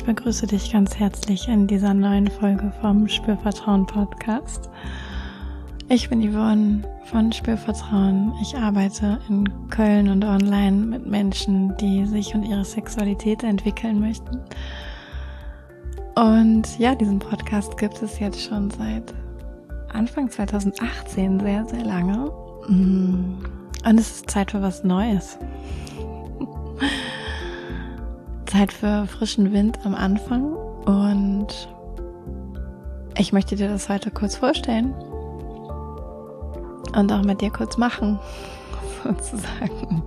Ich begrüße dich ganz herzlich in dieser neuen Folge vom Spürvertrauen Podcast. Ich bin Yvonne von Spürvertrauen. Ich arbeite in Köln und online mit Menschen, die sich und ihre Sexualität entwickeln möchten. Und ja, diesen Podcast gibt es jetzt schon seit Anfang 2018, sehr, sehr lange. Und es ist Zeit für was Neues. Zeit für frischen Wind am Anfang. Und ich möchte dir das heute kurz vorstellen. Und auch mit dir kurz machen, sozusagen.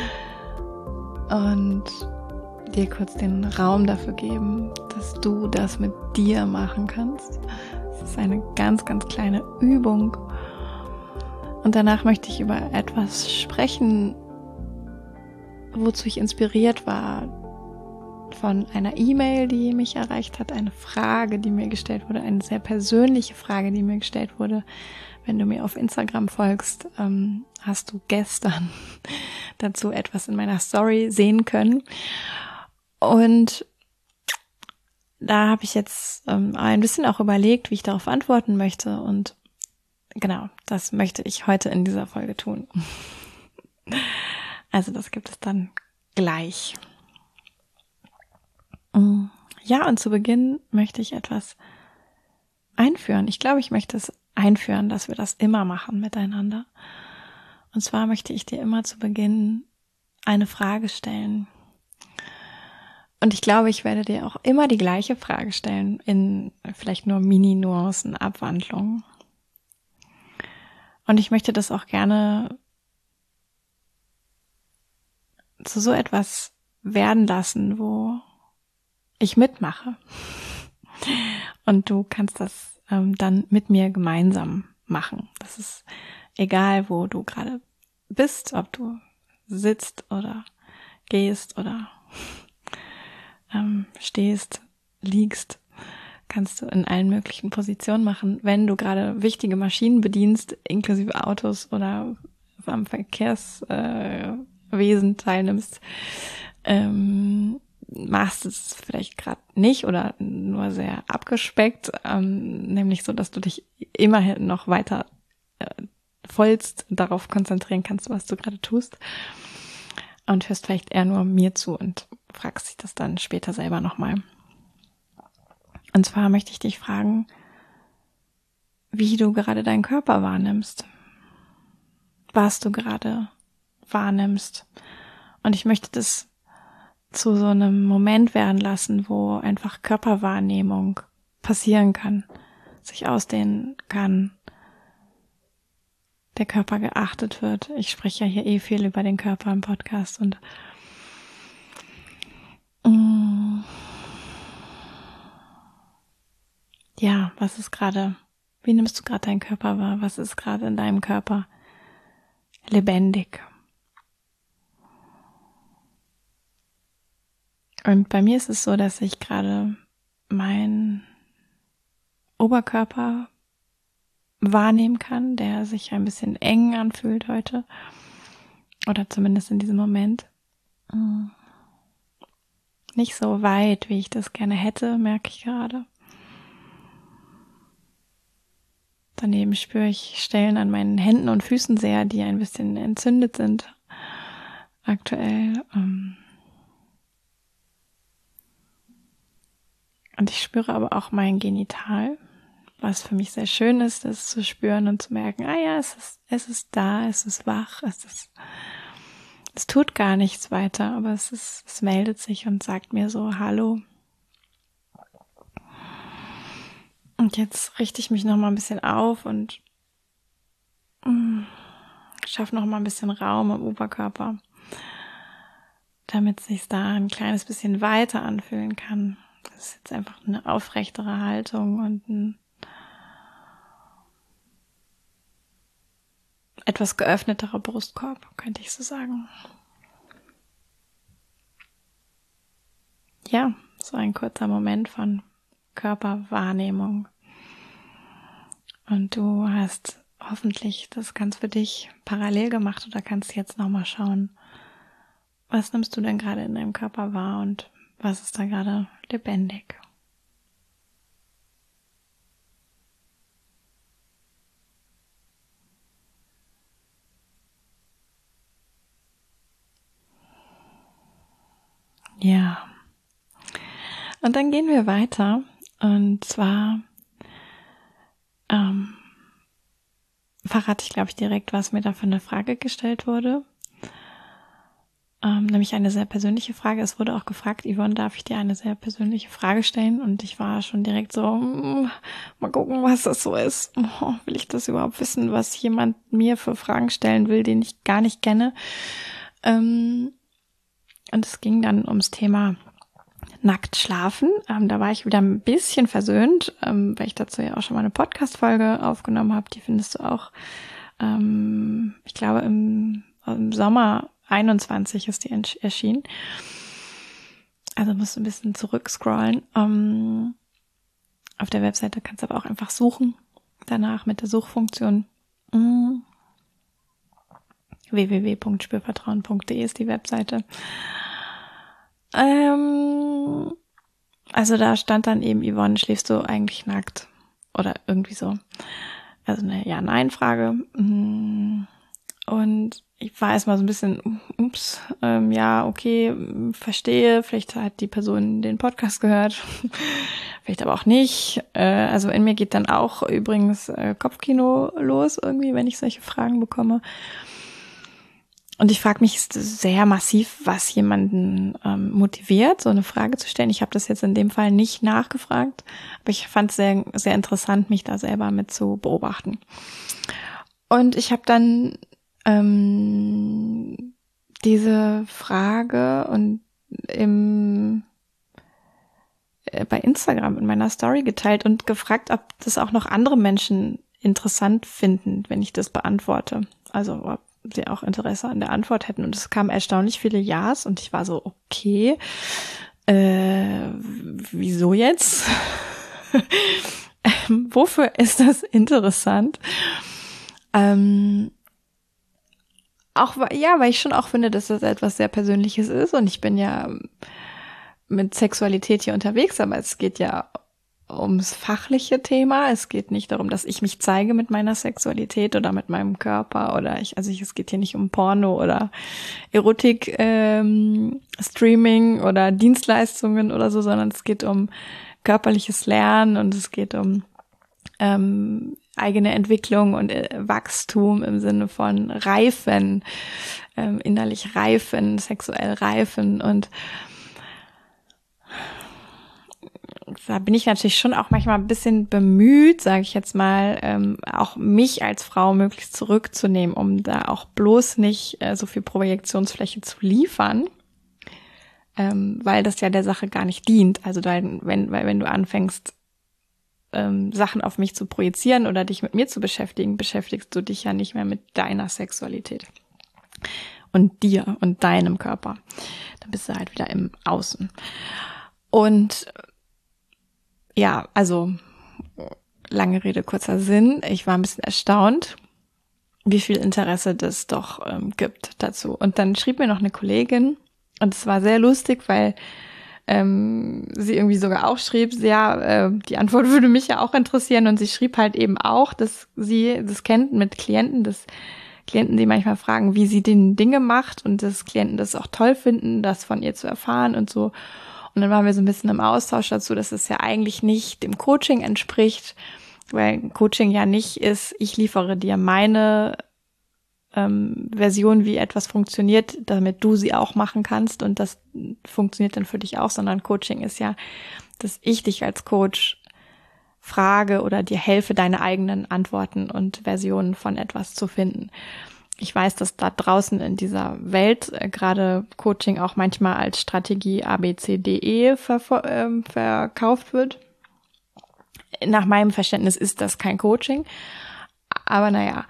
Und dir kurz den Raum dafür geben, dass du das mit dir machen kannst. Es ist eine ganz, ganz kleine Übung. Und danach möchte ich über etwas sprechen, wozu ich inspiriert war von einer E-Mail, die mich erreicht hat, eine Frage, die mir gestellt wurde, eine sehr persönliche Frage, die mir gestellt wurde. Wenn du mir auf Instagram folgst, hast du gestern dazu etwas in meiner Story sehen können. Und da habe ich jetzt ein bisschen auch überlegt, wie ich darauf antworten möchte. Und genau, das möchte ich heute in dieser Folge tun. Also das gibt es dann gleich. Ja, und zu Beginn möchte ich etwas einführen. Ich glaube, ich möchte es einführen, dass wir das immer machen miteinander. Und zwar möchte ich dir immer zu Beginn eine Frage stellen. Und ich glaube, ich werde dir auch immer die gleiche Frage stellen, in vielleicht nur Mini-Nuancen, Abwandlungen. Und ich möchte das auch gerne zu so etwas werden lassen, wo ich mitmache. Und du kannst das dann mit mir gemeinsam machen. Das ist egal, wo du gerade bist, ob du sitzt oder gehst oder stehst, liegst, kannst du in allen möglichen Positionen machen. Wenn du gerade wichtige Maschinen bedienst, inklusive Autos oder am Verkehrswesen teilnimmst, machst es vielleicht gerade nicht oder nur sehr abgespeckt, nämlich so, dass du dich immerhin noch weiter vollst darauf konzentrieren kannst, was du gerade tust, und hörst vielleicht eher nur mir zu und fragst dich das dann später selber nochmal. Und zwar möchte ich dich fragen, wie du gerade deinen Körper wahrnimmst, was du gerade wahrnimmst. Und ich möchte das zu so einem Moment werden lassen, wo einfach Körperwahrnehmung passieren kann, sich ausdehnen kann, der Körper geachtet wird. Ich spreche ja hier viel über den Körper im Podcast und ja, wie nimmst du gerade deinen Körper wahr? Was ist gerade in deinem Körper lebendig? Und bei mir ist es so, dass ich gerade meinen Oberkörper wahrnehmen kann, der sich ein bisschen eng anfühlt heute. Oder zumindest in diesem Moment. Nicht so weit, wie ich das gerne hätte, merke ich gerade. Daneben spüre ich Stellen an meinen Händen und Füßen sehr, die ein bisschen entzündet sind aktuell. Und ich spüre aber auch mein Genital, was für mich sehr schön ist, das zu spüren und zu merken, es ist da, es ist wach, es tut gar nichts weiter, aber es meldet sich und sagt mir so, hallo. Und jetzt richte ich mich noch mal ein bisschen auf und schaffe noch mal ein bisschen Raum im Oberkörper, damit es sich da ein kleines bisschen weiter anfühlen kann. Das ist jetzt einfach eine aufrechtere Haltung und ein etwas geöffneterer Brustkorb, könnte ich so sagen. Ja, so ein kurzer Moment von Körperwahrnehmung. Und du hast hoffentlich das ganz für dich parallel gemacht oder kannst jetzt nochmal schauen, was nimmst du denn gerade in deinem Körper wahr und Was ist da gerade lebendig? Ja. Und dann gehen wir weiter. Und zwar verrate ich, glaube ich, direkt, was mir da für eine Frage gestellt wurde. Nämlich eine sehr persönliche Frage. Es wurde auch gefragt, Yvonne, darf ich dir eine sehr persönliche Frage stellen? Und ich war schon direkt so, mal gucken, was das so ist. Will ich das überhaupt wissen, was jemand mir für Fragen stellen will, den ich gar nicht kenne? Und es ging dann ums Thema nackt schlafen. Da war ich wieder ein bisschen versöhnt, weil ich dazu ja auch schon mal eine Podcast-Folge aufgenommen habe. Die findest du auch, ich glaube, im Sommer 21 ist die erschienen. Also musst du ein bisschen zurückscrollen. Auf der Webseite kannst du aber auch einfach suchen. Danach mit der Suchfunktion. www.spürvertrauen.de ist die Webseite. Also da stand dann eben, Yvonne, schläfst du eigentlich nackt? Oder irgendwie so. Also eine Ja-Nein-Frage. Und ich war erstmal so ein bisschen, ja, okay, verstehe. Vielleicht hat die Person den Podcast gehört. Vielleicht aber auch nicht. Also in mir geht dann auch übrigens Kopfkino los irgendwie, wenn ich solche Fragen bekomme. Und ich frage mich sehr massiv, was jemanden motiviert, so eine Frage zu stellen. Ich habe das jetzt in dem Fall nicht nachgefragt, aber ich fand es sehr, sehr interessant, mich da selber mit zu beobachten. Und ich habe dann diese Frage und bei Instagram in meiner Story geteilt und gefragt, ob das auch noch andere Menschen interessant finden, wenn ich das beantworte. Also ob sie auch Interesse an der Antwort hätten. Und es kamen erstaunlich viele Ja's und ich war so, okay, wieso jetzt? Wofür ist das interessant? Auch, ja, weil ich schon auch finde, dass das etwas sehr Persönliches ist und ich bin ja mit Sexualität hier unterwegs, aber es geht ja ums fachliche Thema. Es geht nicht darum, dass ich mich zeige mit meiner Sexualität oder mit meinem Körper oder es geht hier nicht um Porno oder Erotik, Streaming oder Dienstleistungen oder so, sondern es geht um körperliches Lernen und es geht um eigene Entwicklung und Wachstum im Sinne von Reifen, innerlich reifen, sexuell reifen und da bin ich natürlich schon auch manchmal ein bisschen bemüht, sage ich jetzt mal, auch mich als Frau möglichst zurückzunehmen, um da auch bloß nicht so viel Projektionsfläche zu liefern, weil das ja der Sache gar nicht dient. Also wenn du anfängst, Sachen auf mich zu projizieren oder dich mit mir zu beschäftigen, beschäftigst du dich ja nicht mehr mit deiner Sexualität und dir und deinem Körper. Dann bist du halt wieder im Außen. Und ja, also lange Rede, kurzer Sinn. Ich war ein bisschen erstaunt, wie viel Interesse das doch gibt dazu. Und dann schrieb mir noch eine Kollegin und es war sehr lustig, weil sie irgendwie sogar auch schrieb, ja, die Antwort würde mich ja auch interessieren und sie schrieb halt eben auch, dass sie das kennt mit Klienten, dass Klienten, die manchmal fragen, wie sie den Dinge macht und dass Klienten das auch toll finden, das von ihr zu erfahren und so. Und dann waren wir so ein bisschen im Austausch dazu, dass es ja eigentlich nicht dem Coaching entspricht, weil Coaching ja nicht ist, ich liefere dir meine Version, wie etwas funktioniert, damit du sie auch machen kannst und das funktioniert dann für dich auch, sondern Coaching ist ja, dass ich dich als Coach frage oder dir helfe, deine eigenen Antworten und Versionen von etwas zu finden. Ich weiß, dass da draußen in dieser Welt gerade Coaching auch manchmal als Strategie ABCDE verkauft wird. Nach meinem Verständnis ist das kein Coaching, aber naja,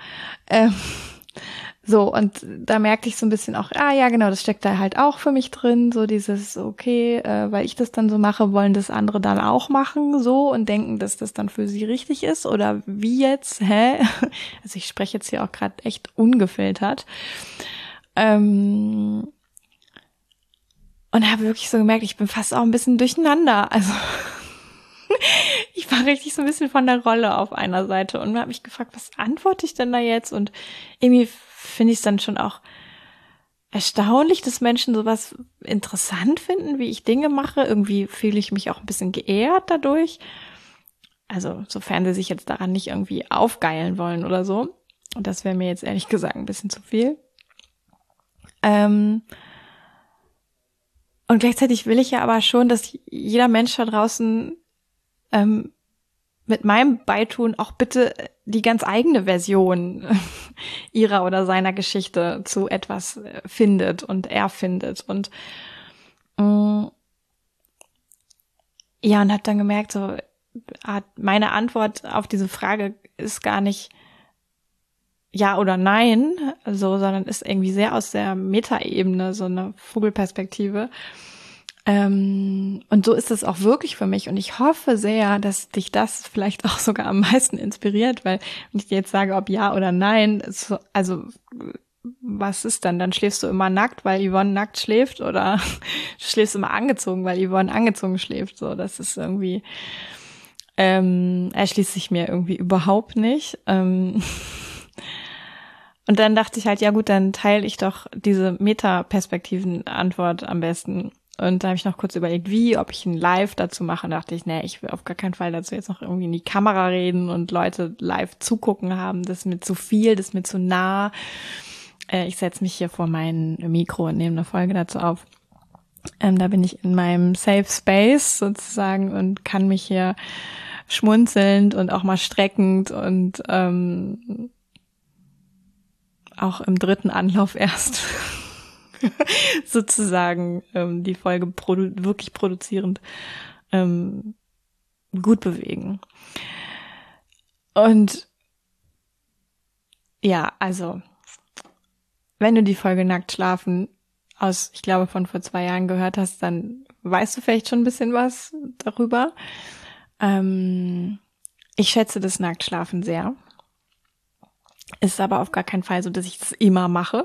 so, und da merkte ich so ein bisschen auch, ja genau, das steckt da halt auch für mich drin, so dieses, okay, weil ich das dann so mache, wollen das andere dann auch machen, so, und denken, dass das dann für sie richtig ist, oder wie jetzt, Also ich spreche jetzt hier auch gerade echt ungefiltert. Und habe wirklich so gemerkt, ich bin fast auch ein bisschen durcheinander. Also ich war richtig so ein bisschen von der Rolle auf einer Seite und habe mich gefragt, was antworte ich denn da jetzt? Und irgendwie finde ich es dann schon auch erstaunlich, dass Menschen sowas interessant finden, wie ich Dinge mache. Irgendwie fühle ich mich auch ein bisschen geehrt dadurch. Also sofern sie sich jetzt daran nicht irgendwie aufgeilen wollen oder so. Und das wäre mir jetzt ehrlich gesagt ein bisschen zu viel. Und gleichzeitig will ich ja aber schon, dass jeder Mensch da draußen mit meinem Beitun auch bitte die ganz eigene Version ihrer oder seiner Geschichte zu etwas findet und erfindet. Und ja, und habe dann gemerkt, so meine Antwort auf diese Frage ist gar nicht ja oder nein, so, sondern ist irgendwie sehr aus der Metaebene, so eine Vogelperspektive. Und so ist es auch wirklich für mich. Und ich hoffe sehr, dass dich das vielleicht auch sogar am meisten inspiriert, weil wenn ich dir jetzt sage, ob ja oder nein, also was ist dann? Dann schläfst du immer nackt, weil Yvonne nackt schläft, oder du schläfst immer angezogen, weil Yvonne angezogen schläft. So, das ist irgendwie, erschließt sich mir irgendwie überhaupt nicht. Und dann dachte ich halt, ja gut, dann teile ich doch diese Meta-Perspektiven-Antwort am besten. Und da habe ich noch kurz überlegt, ob ich ein Live dazu mache. Und dachte ich, nee, ich will auf gar keinen Fall dazu jetzt noch irgendwie in die Kamera reden und Leute live zugucken haben. Das ist mir zu viel, das ist mir zu nah. Ich setze mich hier vor mein Mikro und nehme eine Folge dazu auf. Da bin ich in meinem Safe Space sozusagen und kann mich hier schmunzelnd und auch mal streckend und auch im dritten Anlauf erst sozusagen die Folge wirklich produzierend gut bewegen. Und ja, also wenn du die Folge Nackt schlafen aus, ich glaube, von vor 2 Jahren gehört hast, dann weißt du vielleicht schon ein bisschen was darüber. Ich schätze das Nacktschlafen sehr. Ist aber auf gar keinen Fall so, dass ich das immer mache.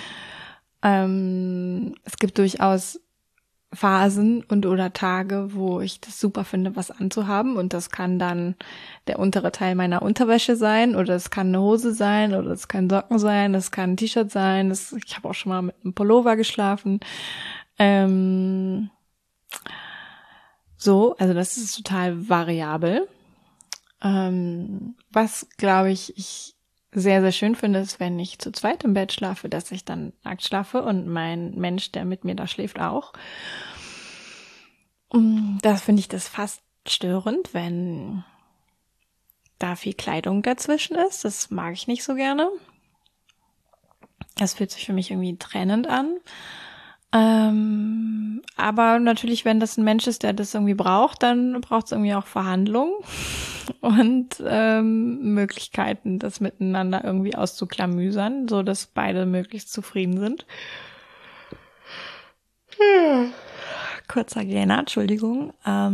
Es gibt durchaus Phasen und oder Tage, wo ich das super finde, was anzuhaben, und das kann dann der untere Teil meiner Unterwäsche sein, oder es kann eine Hose sein, oder es kann Socken sein, es kann ein T-Shirt sein. Ich habe auch schon mal mit einem Pullover geschlafen. So, also das ist total variabel. Was, glaube ich sehr, sehr schön finde, ist, wenn ich zu zweit im Bett schlafe, dass ich dann nackt schlafe und mein Mensch, der mit mir da schläft, auch. Das finde ich das fast störend, wenn da viel Kleidung dazwischen ist. Das mag ich nicht so gerne. Das fühlt sich für mich irgendwie trennend an. Aber natürlich, wenn das ein Mensch ist, der das irgendwie braucht, dann braucht es irgendwie auch Verhandlungen und Möglichkeiten, das miteinander irgendwie auszuklamüsern, so dass beide möglichst zufrieden sind. Kurzer Gähner, Entschuldigung.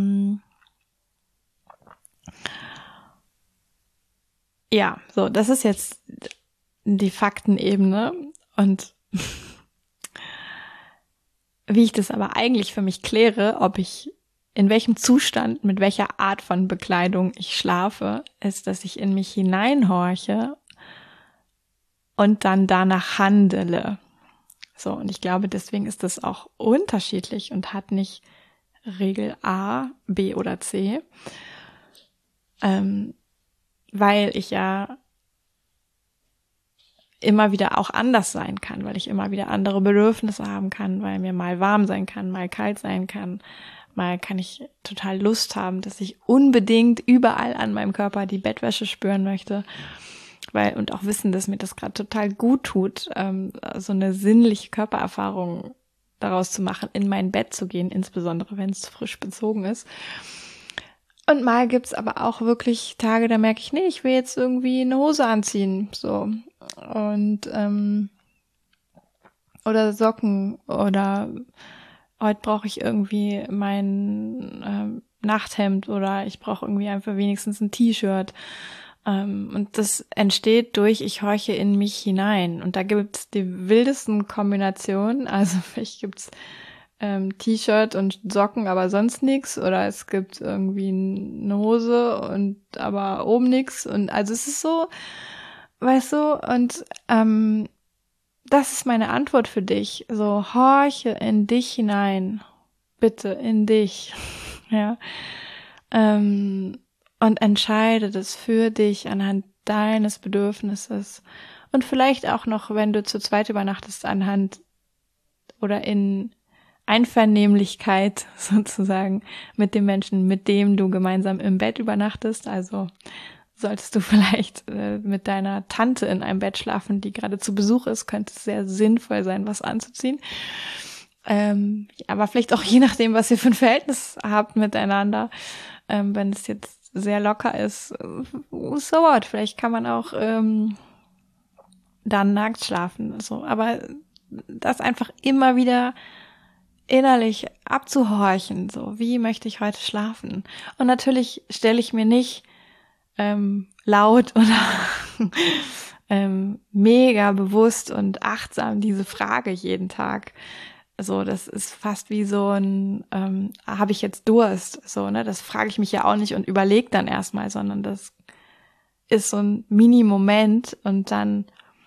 Ja, so, das ist jetzt die Faktenebene, und wie ich das aber eigentlich für mich kläre, ob ich in welchem Zustand, mit welcher Art von Bekleidung ich schlafe, ist, dass ich in mich hineinhorche und dann danach handele. So, und ich glaube, deswegen ist das auch unterschiedlich und hat nicht Regel A, B oder C, weil ich ja immer wieder auch anders sein kann, weil ich immer wieder andere Bedürfnisse haben kann, weil mir mal warm sein kann, mal kalt sein kann, mal kann ich total Lust haben, dass ich unbedingt überall an meinem Körper die Bettwäsche spüren möchte, und auch wissen, dass mir das gerade total gut tut, so eine sinnliche Körpererfahrung daraus zu machen, in mein Bett zu gehen, insbesondere wenn es frisch bezogen ist. Und mal gibt's aber auch wirklich Tage, da merke ich, nee, ich will jetzt irgendwie eine Hose anziehen, so. Und oder Socken, oder heute brauche ich irgendwie mein Nachthemd, oder ich brauche irgendwie einfach wenigstens ein T-Shirt. Und das entsteht durch, ich horche in mich hinein. Und da gibt's die wildesten Kombinationen. Also vielleicht gibt's T-Shirt und Socken, aber sonst nichts, oder es gibt irgendwie eine Hose und aber oben nichts, und also es ist so, weißt du, und das ist meine Antwort für dich, so horche in dich hinein, bitte in dich, ja, und entscheide das für dich anhand deines Bedürfnisses und vielleicht auch noch, wenn du zu zweit übernachtest, anhand oder in Einvernehmlichkeit sozusagen mit dem Menschen, mit dem du gemeinsam im Bett übernachtest. Also solltest du vielleicht mit deiner Tante in einem Bett schlafen, die gerade zu Besuch ist, könnte es sehr sinnvoll sein, was anzuziehen. Aber vielleicht auch je nachdem, was ihr für ein Verhältnis habt miteinander. Wenn es jetzt sehr locker ist, so what, vielleicht kann man auch dann nackt schlafen. So. Aber das einfach immer wieder innerlich abzuhorchen, so, wie möchte ich heute schlafen? Und natürlich stelle ich mir nicht laut oder mega bewusst und achtsam diese Frage jeden Tag. So, das ist fast wie so ein, habe ich jetzt Durst? So, ne, das frage ich mich ja auch nicht und überlege dann erstmal, sondern das ist so ein Mini-Moment und dann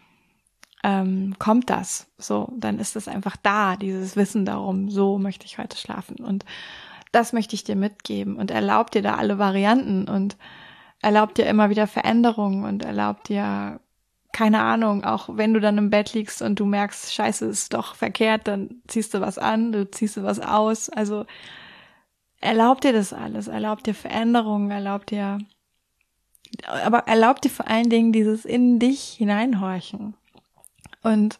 kommt das. So, dann ist es einfach da, dieses Wissen darum, so möchte ich heute schlafen. Und das möchte ich dir mitgeben und erlaub dir da alle Varianten und erlaubt dir immer wieder Veränderungen und erlaubt dir, keine Ahnung, auch wenn du dann im Bett liegst und du merkst, scheiße, ist doch verkehrt, dann ziehst du was an, du ziehst du was aus. Also erlaubt dir das alles, erlaubt dir Veränderungen, aber erlaubt dir vor allen Dingen dieses in dich hineinhorchen. Und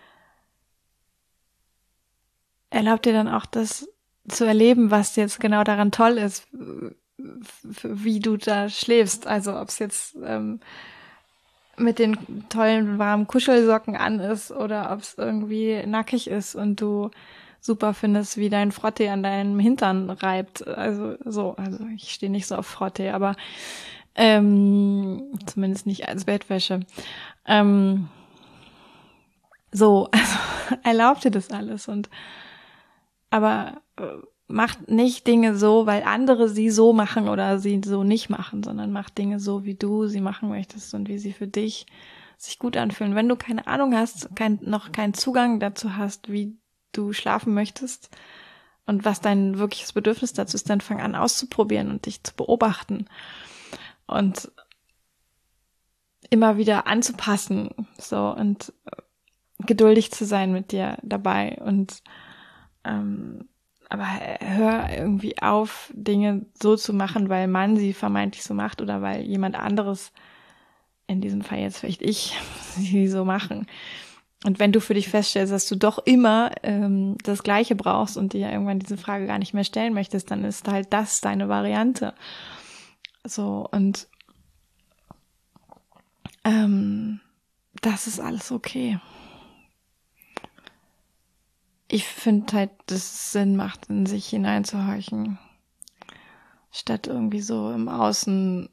erlaubt dir dann auch das zu erleben, was jetzt genau daran toll ist, wie du da schläfst. Also ob es jetzt mit den tollen warmen Kuschelsocken an ist oder ob es irgendwie nackig ist und du super findest, wie dein Frottee an deinem Hintern reibt. Also ich stehe nicht so auf Frottee, aber zumindest nicht als Bettwäsche. Also erlaub dir das alles aber macht nicht Dinge so, weil andere sie so machen oder sie so nicht machen, sondern macht Dinge so, wie du sie machen möchtest und wie sie für dich sich gut anfühlen. Wenn du keine Ahnung hast, noch keinen Zugang dazu hast, wie du schlafen möchtest und was dein wirkliches Bedürfnis dazu ist, dann fang an auszuprobieren und dich zu beobachten und immer wieder anzupassen, so, und geduldig zu sein mit dir dabei und aber hör irgendwie auf, Dinge so zu machen, weil man sie vermeintlich so macht oder weil jemand anderes, in diesem Fall jetzt vielleicht ich, sie so machen. Und wenn du für dich feststellst, dass du doch immer das Gleiche brauchst und dir irgendwann diese Frage gar nicht mehr stellen möchtest, dann ist halt das deine Variante. So, und das ist alles okay. Ich finde halt, dass es Sinn macht, in sich hineinzuhorchen, statt irgendwie so im Außen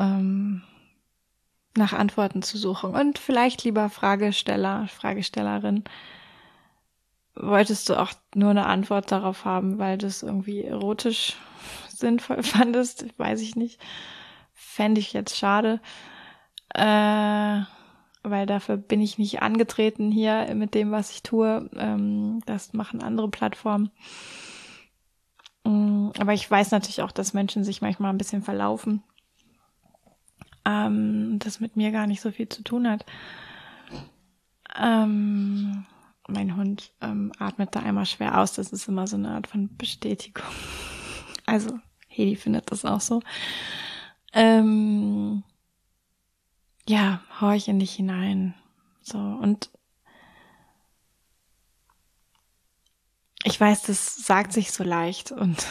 nach Antworten zu suchen. Und vielleicht, lieber Fragestellerin, wolltest du auch nur eine Antwort darauf haben, weil du es irgendwie erotisch sinnvoll fandest? Weiß ich nicht. Fände ich jetzt schade. Weil dafür bin ich nicht angetreten hier mit dem, was ich tue. Das machen andere Plattformen. Aber ich weiß natürlich auch, dass Menschen sich manchmal ein bisschen verlaufen. Das mit mir gar nicht so viel zu tun hat. Mein Hund atmet da einmal schwer aus. Das ist immer so eine Art von Bestätigung. Also Hedi findet das auch so. Ja, horch in dich hinein. So, und ich weiß, das sagt sich so leicht und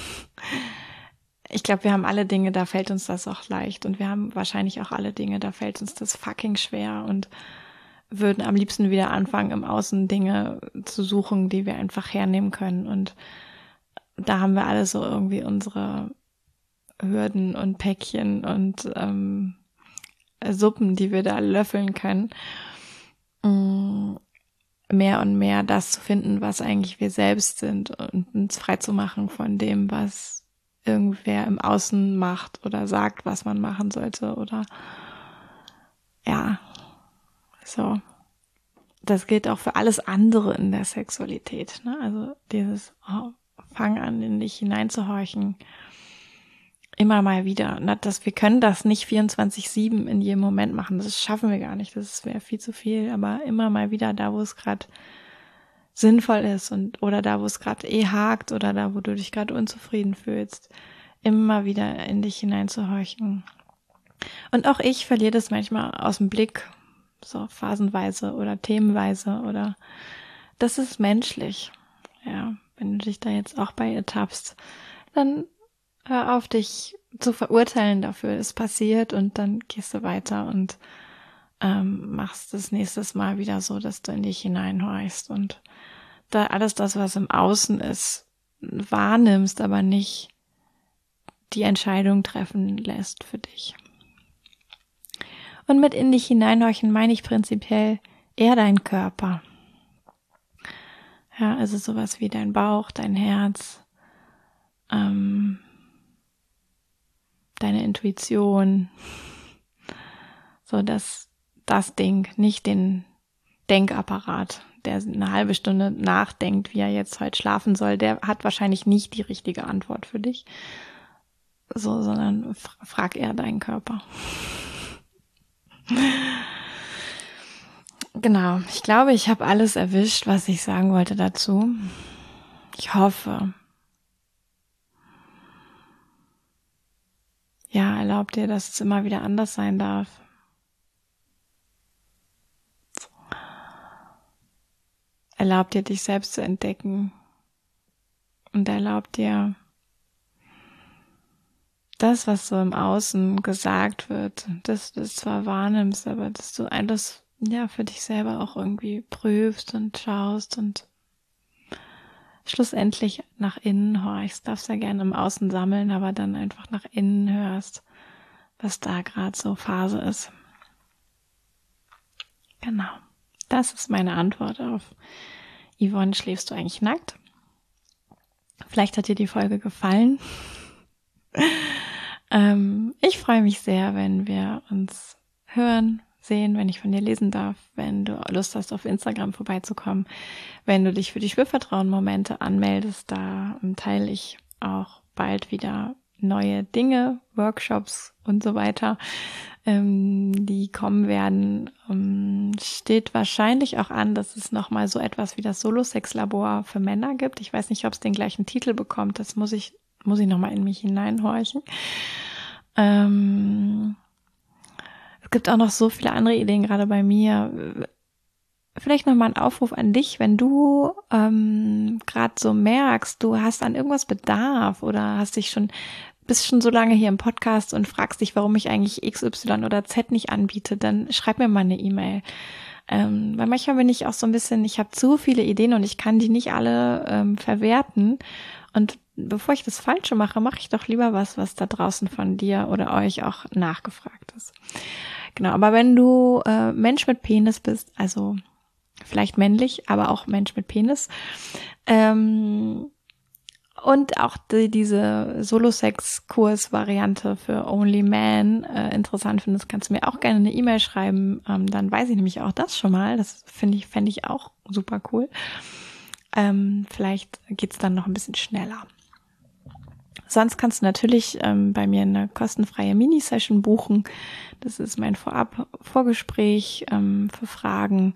ich glaube, wir haben alle Dinge, da fällt uns das auch leicht und wir haben wahrscheinlich auch alle Dinge, da fällt uns das fucking schwer und würden am liebsten wieder anfangen, im Außen Dinge zu suchen, die wir einfach hernehmen können, und da haben wir alle so irgendwie unsere Hürden und Päckchen und Suppen, die wir da löffeln können. mehr und mehr das zu finden, was eigentlich wir selbst sind und uns frei zu machen von dem, was irgendwer im Außen macht oder sagt, was man machen sollte oder ja, so. Das gilt auch für alles andere in der Sexualität, ne? Also dieses fang an, in dich hineinzuhorchen, immer mal wieder. Wir können das nicht 24/7 in jedem Moment machen, das schaffen wir gar nicht, das wäre viel zu viel, aber immer mal wieder da, wo es gerade sinnvoll ist oder da, wo es gerade hakt oder da, wo du dich gerade unzufrieden fühlst, immer wieder in dich hineinzuhorchen. Und auch ich verliere das manchmal aus dem Blick, so phasenweise oder themenweise oder das ist menschlich. Ja, wenn du dich da jetzt auch bei ertappst, dann hör auf, dich zu verurteilen dafür, es passiert und dann gehst du weiter und machst es nächstes Mal wieder so, dass du in dich hineinhorchst und da alles das, was im Außen ist, wahrnimmst, aber nicht die Entscheidung treffen lässt für dich. Und mit in dich hineinhorchen meine ich prinzipiell eher deinen Körper. Ja, also sowas wie dein Bauch, dein Herz, deine Intuition, so das Ding, nicht den Denkapparat, der eine halbe Stunde nachdenkt, wie er jetzt heute schlafen soll, der hat wahrscheinlich nicht die richtige Antwort für dich. So, sondern frag eher deinen Körper. Genau, ich glaube, ich habe alles erwischt, was ich sagen wollte dazu. Ich hoffe. Ja, erlaub dir, dass es immer wieder anders sein darf. Erlaub dir, dich selbst zu entdecken. Und erlaub dir, das, was so im Außen gesagt wird, dass du es zwar wahrnimmst, aber dass du alles für dich selber auch irgendwie prüfst und schaust und schlussendlich nach innen horchst. Darfst ja gerne im Außen sammeln, aber dann einfach nach innen hörst, was da gerade so Phase ist. Genau. Das ist meine Antwort auf Yvonne, schläfst du eigentlich nackt? Vielleicht hat dir die Folge gefallen. Ich freue mich sehr, wenn wir uns hören, sehen, wenn ich von dir lesen darf, wenn du Lust hast, auf Instagram vorbeizukommen, wenn du dich für die Schwimmvertrauen-Momente anmeldest, da teile ich auch bald wieder neue Dinge, Workshops und so weiter, die kommen werden. Steht wahrscheinlich auch an, dass es nochmal so etwas wie das Solo-Sex-Labor für Männer gibt. Ich weiß nicht, ob es den gleichen Titel bekommt, das muss ich nochmal in mich hineinhorchen. Es gibt auch noch so viele andere Ideen gerade bei mir. Vielleicht nochmal ein Aufruf an dich, wenn du gerade so merkst, du hast an irgendwas Bedarf oder bist schon so lange hier im Podcast und fragst dich, warum ich eigentlich X, Y oder Z nicht anbiete, dann schreib mir mal eine E-Mail. Weil manchmal bin ich auch so ein bisschen, ich habe zu viele Ideen und ich kann die nicht alle verwerten. Und bevor ich das Falsche mache, mache ich doch lieber was da draußen von dir oder euch auch nachgefragt ist. Genau, aber wenn du Mensch mit Penis bist, also vielleicht männlich, aber auch Mensch mit Penis, und auch diese Solo-Sex-Kurs-Variante für Only Man interessant findest, kannst du mir auch gerne eine E-Mail schreiben. Dann weiß ich nämlich auch das schon mal. Das fände ich auch super cool. Vielleicht geht's dann noch ein bisschen schneller. Sonst kannst du natürlich bei mir eine kostenfreie Mini-Session buchen. Das ist mein Vorgespräch für Fragen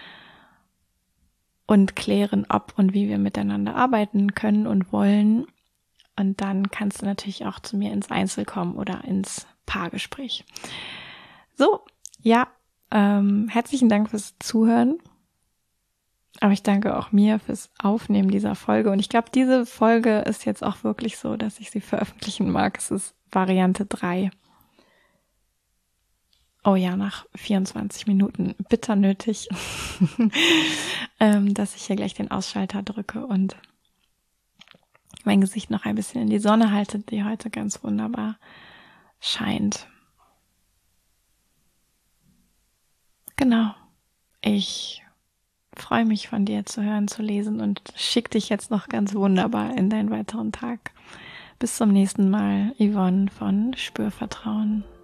und klären, ob und wie wir miteinander arbeiten können und wollen. Und dann kannst du natürlich auch zu mir ins Einzel kommen oder ins Paargespräch. So, ja, herzlichen Dank fürs Zuhören. Aber ich danke auch mir fürs Aufnehmen dieser Folge. Und ich glaube, diese Folge ist jetzt auch wirklich so, dass ich sie veröffentlichen mag. Es ist Variante 3. Oh ja, nach 24 Minuten bitter nötig, dass ich hier gleich den Ausschalter drücke und mein Gesicht noch ein bisschen in die Sonne halte, die heute ganz wunderbar scheint. Genau. Ich freue mich von dir zu hören, zu lesen und schick dich jetzt noch ganz wunderbar in deinen weiteren Tag. Bis zum nächsten Mal, Yvonne von Spürvertrauen.